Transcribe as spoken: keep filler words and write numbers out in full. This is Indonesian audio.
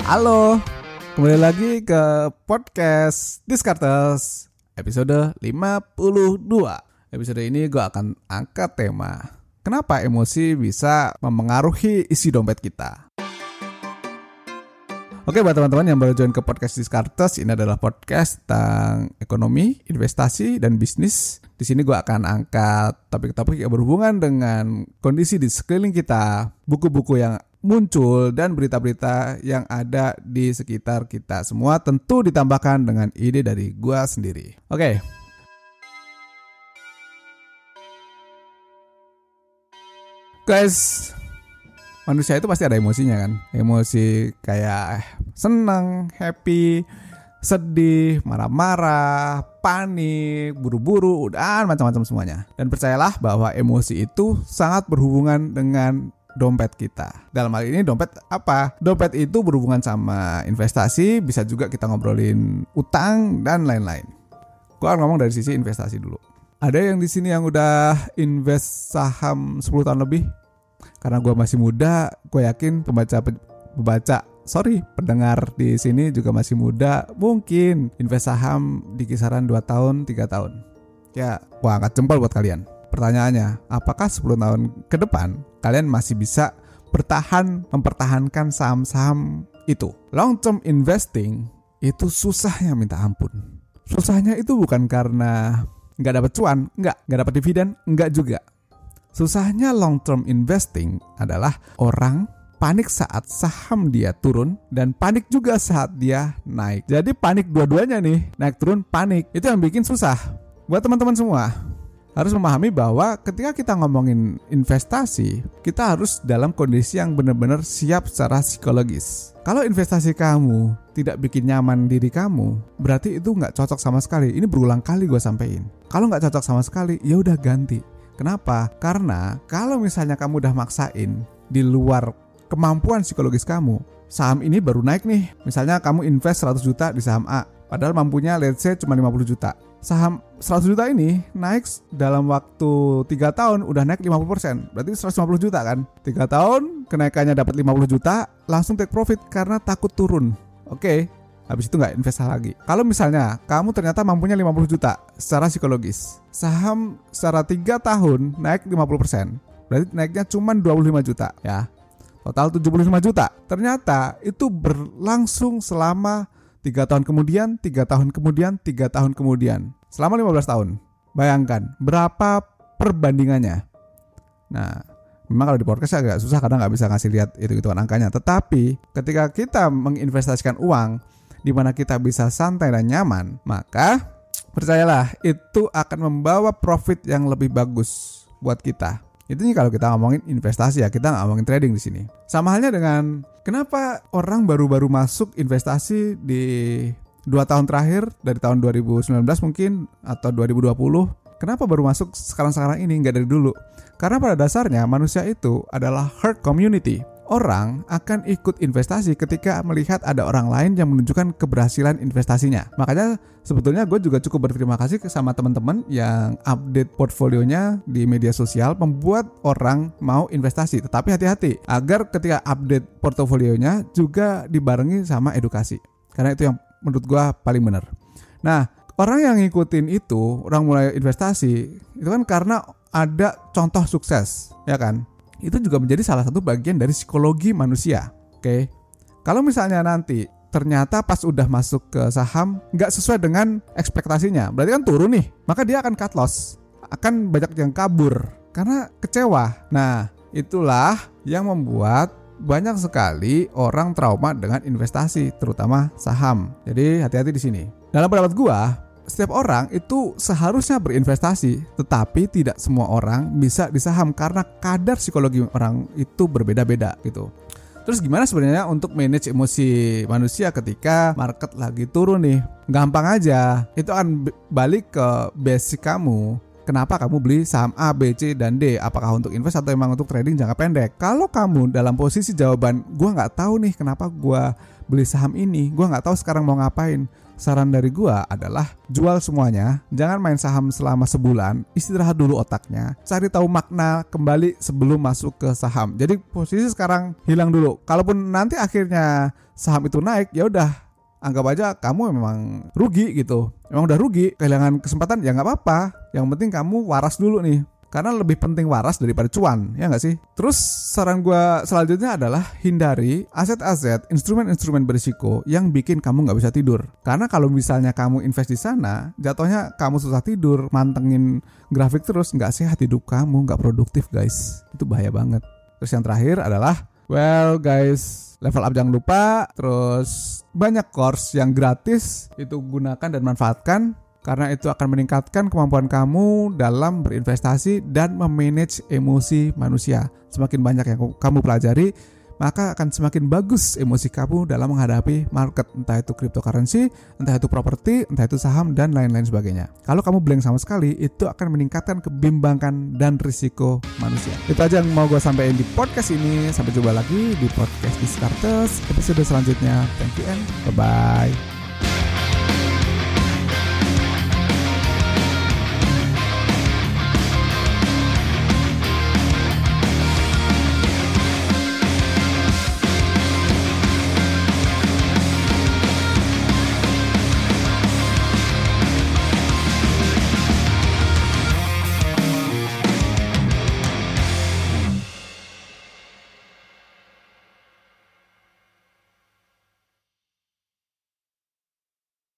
Halo, kembali lagi ke podcast Diskartes episode lima puluh dua. Episode ini gue akan angkat tema kenapa emosi bisa memengaruhi isi dompet kita. Oke, buat teman-teman yang baru join ke podcast Diskartes, ini adalah podcast tentang ekonomi, investasi, dan bisnis. Di sini gue akan angkat topik-topik yang berhubungan dengan kondisi di sekeliling kita, buku-buku yang muncul, dan berita-berita yang ada di sekitar kita semua, tentu ditambahkan dengan ide dari gue sendiri. Oke. Guys, manusia itu pasti ada emosinya kan. Emosi kayak senang, happy, sedih, marah-marah, panik, buru-buru, dan macam-macam semuanya. Dan percayalah bahwa emosi itu sangat berhubungan dengan dompet kita. Dalam hal ini dompet apa? Dompet itu berhubungan sama investasi, bisa juga kita ngobrolin utang dan lain-lain. Gue akan ngomong dari sisi investasi dulu. Ada yang di sini yang udah invest saham sepuluh tahun lebih? Karena gue masih muda, gue yakin pembaca pembaca sorry pendengar di sini juga masih muda, mungkin invest saham di kisaran dua tahun, tiga tahun. Ya, gue angkat jempol buat kalian. Pertanyaannya, apakah sepuluh tahun ke depan kalian masih bisa bertahan mempertahankan saham-saham itu? Long term investing itu susahnya minta ampun. Susahnya itu bukan karena nggak dapat cuan, nggak, nggak dapat dividen, nggak juga. Susahnya long term investing adalah orang panik saat saham dia turun dan panik juga saat dia naik. Jadi panik dua-duanya nih, naik turun panik. Itu yang bikin susah. Buat teman-teman semua, harus memahami bahwa ketika kita ngomongin investasi, kita harus dalam kondisi yang benar-benar siap secara psikologis. Kalau investasi kamu tidak bikin nyaman diri kamu, berarti itu nggak cocok sama sekali. Ini berulang kali gue sampein. Kalau nggak cocok sama sekali, ya udah ganti. Kenapa? Karena kalau misalnya kamu udah maksain di luar kemampuan psikologis kamu, saham ini baru naik nih. Misalnya kamu invest seratus juta di saham A, padahal mampunya let's say cuma lima puluh juta. Saham seratus juta ini naik dalam waktu tiga tahun udah naik lima puluh persen. Berarti seratus lima puluh juta kan? tiga tahun kenaikannya dapat lima puluh juta, langsung take profit karena takut turun. Oke. Habis itu nggak investasi lagi. Kalau misalnya kamu ternyata mampunya lima puluh juta secara psikologis, saham secara tiga tahun naik lima puluh persen, berarti naiknya cuma dua puluh lima juta ya. Total tujuh puluh lima juta. Ternyata itu berlangsung selama tiga tahun kemudian, tiga tahun kemudian, tiga tahun kemudian. Selama lima belas tahun. Bayangkan berapa perbandingannya. Nah, memang kalau di podcast agak susah karena nggak bisa ngasih lihat itu-ituan angkanya. Tetapi ketika kita menginvestasikan uang di mana kita bisa santai dan nyaman, maka percayalah itu akan membawa profit yang lebih bagus buat kita. Itu nih kalau kita ngomongin investasi ya, kita nggak ngomongin trading di sini. Sama halnya dengan kenapa orang baru-baru masuk investasi di dua tahun terakhir, dari tahun dua ribu sembilan belas mungkin atau dua ribu dua puluh. Kenapa baru masuk sekarang-sekarang ini, nggak dari dulu? Karena pada dasarnya manusia itu adalah herd community. Orang akan ikut investasi ketika melihat ada orang lain yang menunjukkan keberhasilan investasinya. Makanya sebetulnya gue juga cukup berterima kasih sama teman-teman yang update portfolionya di media sosial, membuat orang mau investasi. Tetapi hati-hati agar ketika update portfolionya juga dibarengi sama edukasi. Karena itu yang menurut gue paling benar. Nah, orang yang ngikutin itu, orang mulai investasi, itu kan karena ada contoh sukses, ya kan? Itu juga menjadi salah satu bagian dari psikologi manusia. Oke, kalau misalnya nanti ternyata pas udah masuk ke saham nggak sesuai dengan ekspektasinya, berarti kan turun nih, maka dia akan cut loss, akan banyak yang kabur karena kecewa. Nah, itulah yang membuat banyak sekali orang trauma dengan investasi, terutama saham. Jadi hati-hati di sini. Dalam pendapat gua, setiap orang itu seharusnya berinvestasi, tetapi tidak semua orang bisa di saham karena kadar psikologi orang itu berbeda-beda gitu. Terus gimana sebenarnya untuk manage emosi manusia ketika market lagi turun nih? Gampang aja, itu akan balik ke basic kamu. kenapa kamu beli saham A, B, C, dan D. Apakah untuk invest atau emang untuk trading jangka pendek? Kalau kamu dalam posisi jawaban, gue nggak tahu nih kenapa gue beli saham ini, gue nggak tahu sekarang mau ngapain. Saran dari gue adalah jual semuanya, jangan main saham selama sebulan, istirahat dulu otaknya, cari tahu makna kembali sebelum masuk ke saham. Jadi posisi sekarang hilang dulu. Kalaupun nanti akhirnya saham itu naik, ya udah anggap aja kamu memang rugi gitu. Memang udah rugi, kehilangan kesempatan ya nggak apa-apa. Yang penting kamu waras dulu nih. Karena lebih penting waras daripada cuan, ya nggak sih? Terus saran gue selanjutnya adalah hindari aset-aset, instrumen-instrumen berisiko yang bikin kamu nggak bisa tidur. Karena kalau misalnya kamu invest di sana, jatuhnya kamu susah tidur, mantengin grafik terus, nggak sehat hidup kamu, nggak produktif guys. Itu bahaya banget. Terus yang terakhir adalah, well guys, level up jangan lupa. Terus banyak course yang gratis, itu gunakan dan manfaatkan. Karena itu akan meningkatkan kemampuan kamu dalam berinvestasi dan memanage emosi manusia. Semakin banyak yang kamu pelajari, maka akan semakin bagus emosi kamu dalam menghadapi market. Entah itu cryptocurrency, entah itu properti, entah itu saham, dan lain-lain sebagainya. Kalau kamu blank sama sekali, itu akan meningkatkan kebimbangan dan risiko manusia. Itu aja yang mau gue sampaikan di podcast ini. Sampai jumpa lagi di podcast Descartes episode selanjutnya. Thank you and bye-bye.